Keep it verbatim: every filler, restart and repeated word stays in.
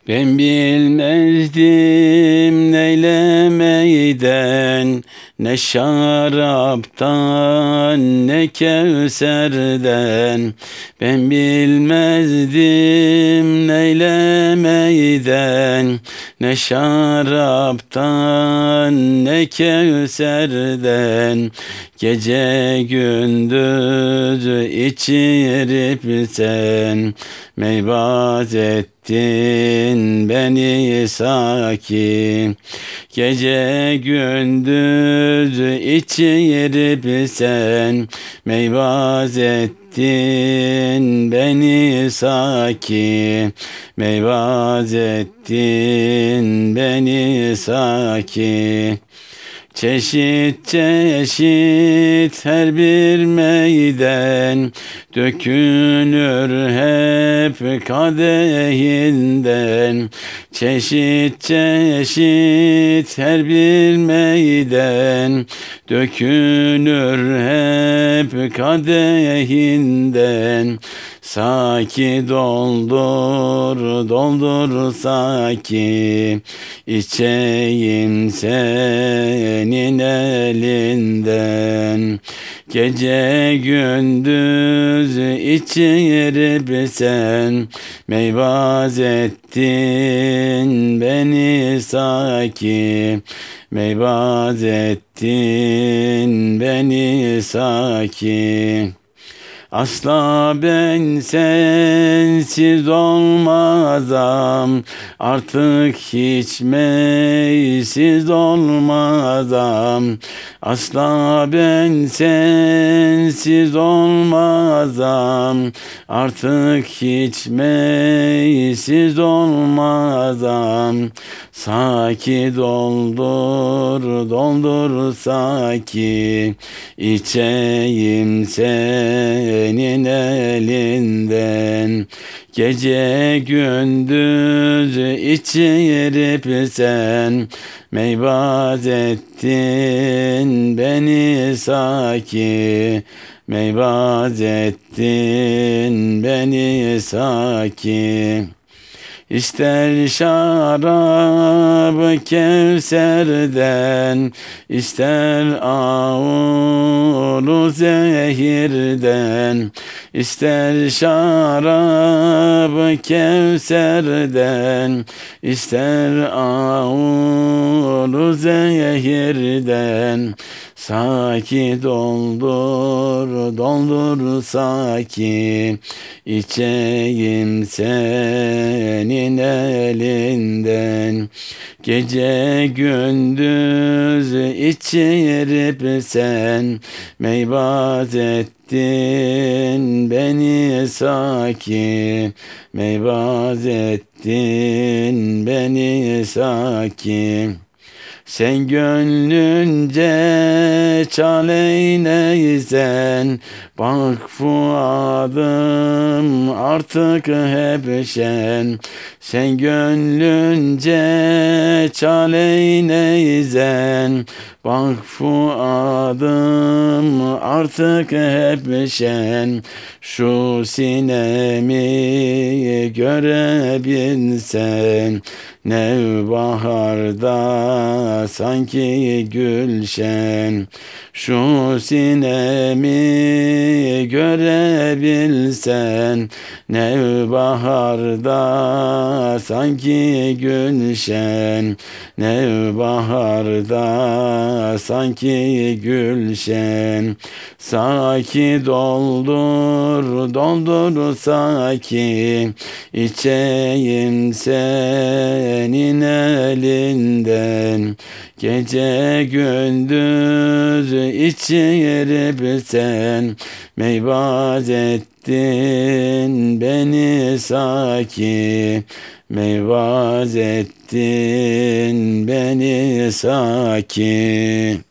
Ben bilmezdim neylemeyden, ne şaraptan ne Kevser'den. Ben bilmezdim neylemeyden, ne şaraptan ne Kevser'den. Gece gündüz içirip sen meyvaz ettin beni saki. Gece gündüz içirip sen meyvaz ettin beni saki. Meyvaz ettin beni saki. Çeşit çeşit her bir meyden dökülür hep kadehinden. Çeşit çeşit her bir meyden dökülür hep kadehinden. Saki doldur, doldur saki, içeyim senin elinden. Gece gündüz içirip sen meyvaz ettin beni saki. Meyvaz ettin beni saki. Asla ben sensiz olmazam, artık hiç meysiz olmazam. Asla ben sensiz olmazam, artık hiç meysiz olmazam. Saki doldur, doldur saki, içeyim senin elinden. Gece gündüz içirip sen meyvaz ettin beni saki. Meyvaz ettin beni saki. İster şarabı Kevser'den, ister ağuru zehirden. İster şarabı Kevser'den, ister ağuru zehirden. Saki doldur, doldur saki, içeyim senin elinden. Gece gündüz içirip sen meyvaz ettin beni saki. Meyvaz ettin beni saki. Sen gönlünce çal eyneysen, bak fuadım artık hep şen. Sen gönlünce çal eyneysen, bak fuadım artık hep şen. Şu sinemi görebilsen, nevbaharda sanki gülşen. Şu sinemi görebilsen, nevbaharda sanki gülşen. Nevbaharda sanki gülşen. Saki doldur, doldur saki, içeyim senin elinden. Gece gündüz içirip sen meyvaz ettin beni saki. Meyvaz ettin beni saki.